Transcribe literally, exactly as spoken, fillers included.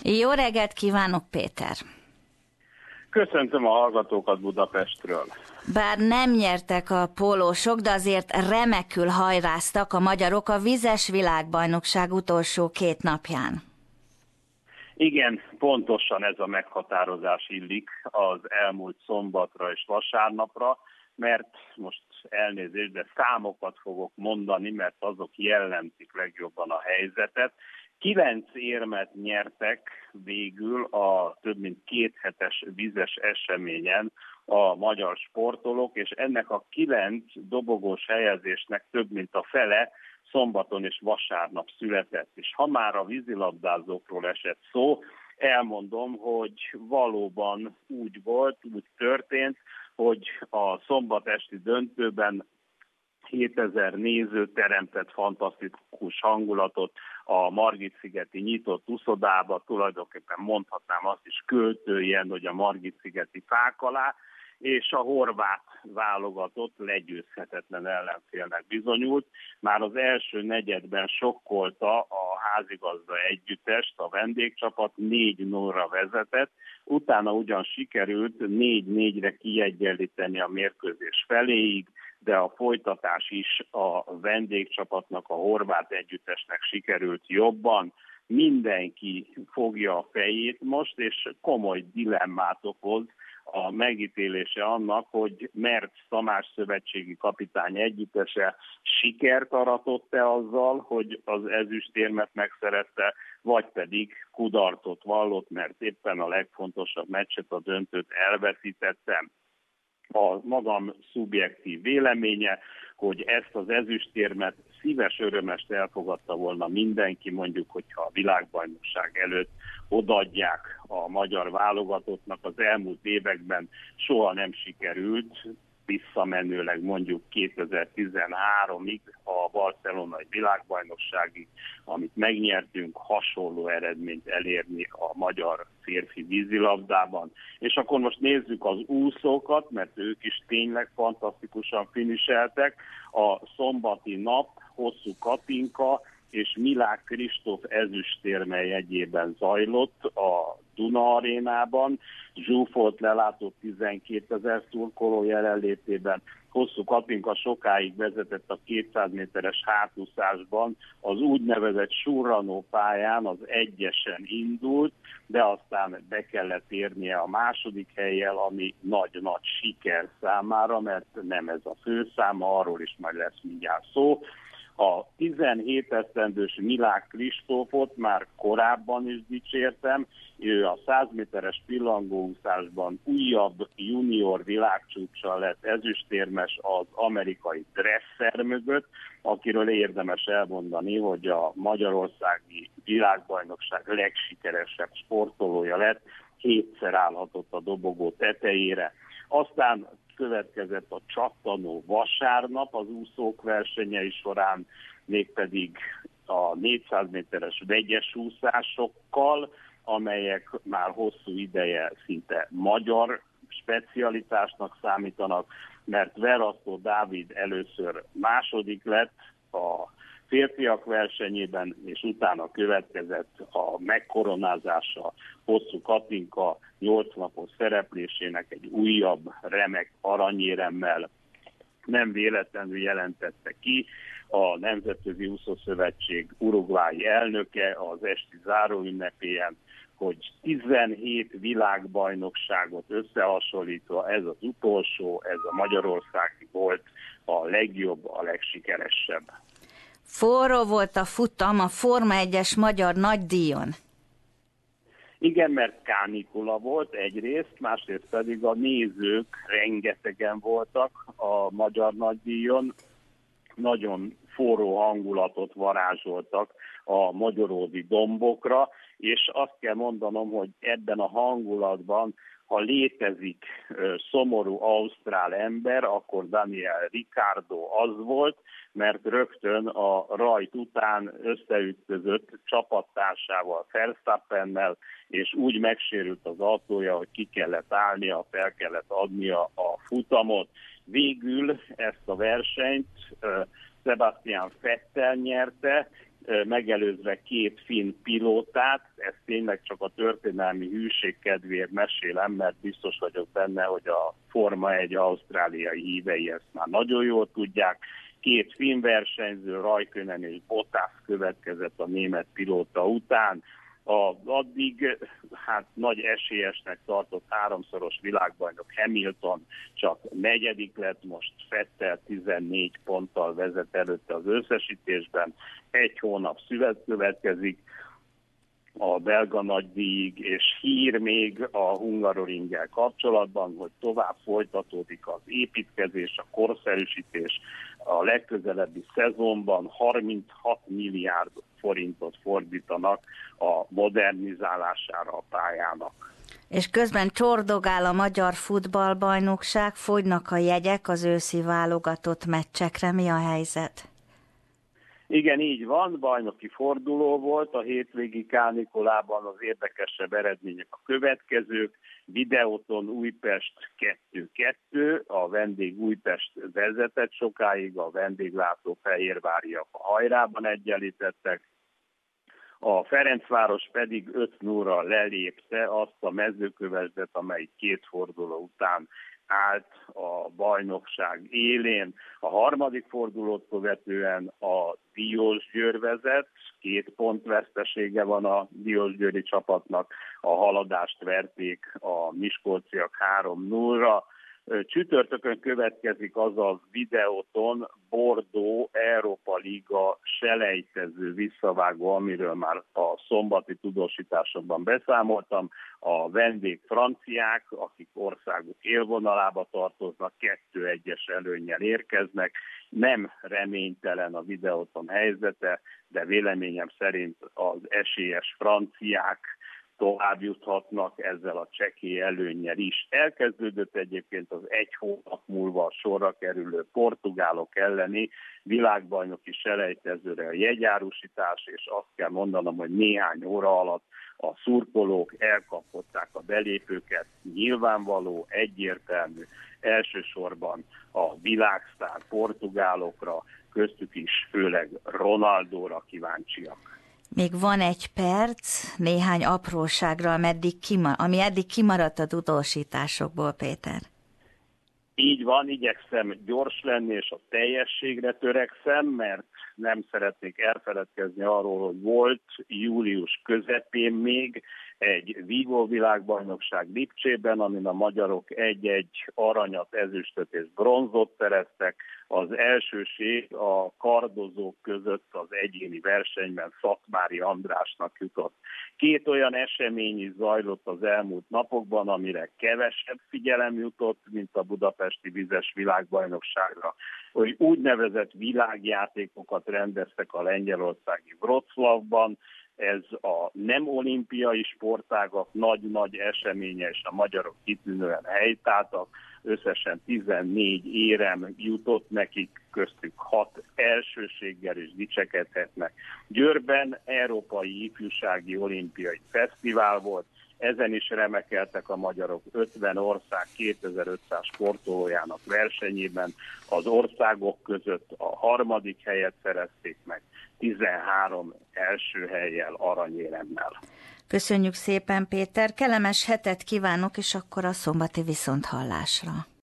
Jó reggelt kívánok, Péter! Köszöntöm a hallgatókat Budapestről. Bár nem nyertek a pólósok, de azért remekül hajráztak a magyarok a vizes világbajnokság utolsó két napján. Igen, pontosan ez a meghatározás illik az elmúlt szombatra és vasárnapra, mert most elnézést, de számokat fogok mondani, mert azok jellemzik legjobban a helyzetet. Kilenc érmet nyertek végül a több mint két hetes vizes eseményen a magyar sportolók, és ennek a kilenc dobogós helyezésnek több mint a fele szombaton és vasárnap született. És ha már a vízilabdázókról esett szó, elmondom, hogy valóban úgy volt, úgy történt, hogy a szombat esti döntőben hétezer néző teremtett fantasztikus hangulatot a Margit-szigeti nyitott uszodába, tulajdonképpen mondhatnám azt is költőjen, hogy a Margit-szigeti fák alá, és a horvát válogatott legyőzhetetlen ellenfélnek bizonyult. Már az első negyedben sokkolta a házigazda együttest, a vendégcsapat négy nullra vezetett, utána ugyan sikerült négy négyre kiegyenlíteni a mérkőzés feléig, de a folytatás is a vendégcsapatnak, a horvát együttesnek sikerült jobban. Mindenki fogja a fejét most, és komoly dilemmát okoz a megítélése annak, hogy Mertz Tamás szövetségi kapitány együttese sikert aratott-e azzal, hogy az ezüstérmet megszerezte, vagy pedig kudarcot vallott, mert éppen a legfontosabb meccset, a döntőt elveszítettem. A magam szubjektív véleménye, hogy ezt az ezüstérmet szíves örömest elfogadta volna mindenki, mondjuk, hogyha a világbajnokság előtt odaadják a magyar válogatottnak. Az elmúlt években soha nem sikerült, visszamenőleg mondjuk kétezer-tizenháromig a barcelonai világbajnokságig, amit megnyertünk, hasonló eredményt elérni a magyar férfi vízilabdában. És akkor most nézzük az úszókat, mert ők is tényleg fantasztikusan finiseltek. A szombati nap Hosszú Katinka és Milák Kristóf ezüstérme jegyében zajlott a Duna arénában. Zsúfolt lelátott tizenkétezer szurkoló jelenlétében. Hosszú Katinka sokáig vezetett a kétszáz méteres hátúszásban, az úgynevezett surranó pályán az egyesen indult, de aztán be kellett érnie a második hellyel, ami nagy-nagy siker számára, mert nem ez a főszáma, arról is majd lesz mindjárt szó. A tizenhét esztendős Milák Kristófot már korábban is dicsértem, ő a száz méteres pillangóúszásban újabb junior világcsúccsal lett ezüstérmes az amerikai Dresser mögött, akiről érdemes elmondani, hogy a magyarországi világbajnokság legsikeresebb sportolója lett, hétszer állhatott a dobogó tetejére. Aztán következett a csattanó vasárnap az úszók versenyei során, mégpedig a négyszáz méteres vegyes úszásokkal, amelyek már hosszú ideje szinte magyar specialitásnak számítanak, mert Verasztó Dávid először második lett a férfiak versenyében, és utána következett a megkoronázása Hosszú Katinka nyolc napos szereplésének egy újabb remek aranyéremmel. Nem véletlenül jelentette ki a Nemzetközi Úszószövetség uruguayi elnöke az esti záróünnepélyen, hogy tizenhét világbajnokságot összehasonlítva ez az utolsó, ez a magyarországi volt a legjobb, a legsikeresebb. Forró volt a futam a Forma egyes magyar nagydíjon. Igen, mert kánikula volt egyrészt, másrészt pedig a nézők rengetegen voltak a magyar nagydíjon. Nagyon forró hangulatot varázsoltak a magyaródi dombokra, és azt kell mondanom, hogy ebben a hangulatban, ha létezik szomorú ausztrál ember, akkor Daniel Ricciardo az volt, mert rögtön a rajt után összeütközött csapattársával, Verstappennel, és úgy megsérült az autója, hogy ki kellett állnia, fel kellett adnia a futamot. Végül ezt a versenyt Sebastian Vettel nyerte, megelőzve két finn pilótát. Ezt tényleg csak a történelmi hűség kedvéért mesélem, mert biztos vagyok benne, hogy a Forma egy ausztráliai hívei ezt már nagyon jól tudják. Két finn versenyző, Raikkonen és Bottas következett a német pilóta után. A, addig hát nagy esélyesnek tartott háromszoros világbajnok Hamilton csak negyedik lett, most Vettel tizennégy ponttal vezet előtte az összesítésben. Egy hónap szület következik a belga nagydíjig, és hír még a Hungaroringgel kapcsolatban, hogy tovább folytatódik az építkezés, a korszerűsítés. A legközelebbi szezonban harminchat milliárd forintot fordítanak a modernizálására a pályának. És közben csordogál a magyar futballbajnokság, fogynak a jegyek az őszi válogatott meccsekre. Mi a helyzet? Igen, így van, bajnoki forduló volt, a hétvégi kánikulában az érdekesebb eredmények a következők. Videóton Újpest kettő kettő, a vendég Újpest vezetett sokáig, a vendéglátó fehérváriak a hajrában egyenlítettek. A Ferencváros pedig öt nullra lelépte azt a Mezőkövesdet, amely két forduló után állt a bajnokság élén. A harmadik fordulót követően a Diósgyőr vezet, két pont vesztesége van a diósgyőri csapatnak, a haladást verték a miskolciak három nullra. Csütörtökön következik, azaz videóton Bordeaux Európa Liga selejtező visszavágó, amiről már a szombati tudósításokban beszámoltam. A vendég franciák, akik országuk élvonalába tartoznak, kettő egyes előnnyel érkeznek. Nem reménytelen a videóton helyzete, de véleményem szerint az esélyes franciák tovább juthatnak ezzel a csekély előnnyel is. Elkezdődött egyébként az egy hónap múlva sorra kerülő portugálok elleni világbajnoki selejtezőre a jegyárusítás, és azt kell mondanom, hogy néhány óra alatt a szurkolók elkapották a belépőket. Nyilvánvaló, egyértelmű, elsősorban a világsztár portugálokra, köztük is főleg Ronaldóra kíváncsiak. Még van egy perc, néhány apróságra, ameddig kima- ami eddig kimaradt a tudósításokból, Péter. Így van, igyekszem gyors lenni, és a teljességre törekszem, mert nem szeretnék elfeledkezni arról, hogy volt július közepén még egy vívó világbajnokság Lipcsében, amin a magyarok egy-egy aranyat, ezüstöt és bronzot szereztek. Az elsőség a kardozók között az egyéni versenyben Szatmári Andrásnak jutott. Két olyan esemény is zajlott az elmúlt napokban, amire kevesebb figyelem jutott, mint a budapesti vizes világbajnokságra, hogy úgynevezett világjátékokat rendeztek a lengyelországi Wroclawban. Ez a nem olimpiai sportágak nagy-nagy eseménye, és a magyarok kitűnően helytáltak. Összesen tizennégy érem jutott nekik, köztük hat elsőséggel is dicsekedhetnek. Győrben Európai Ifjúsági Olimpiai Fesztivál volt, ezen is remekeltek a magyarok, ötven ország kétezer-ötszáz sportolójának versenyében. Az országok között a harmadik helyet szerezték meg, tizenhárom első hellyel, aranyéremmel. Köszönjük szépen, Péter, kellemes hetet kívánok, és akkor a szombati viszonthallásra.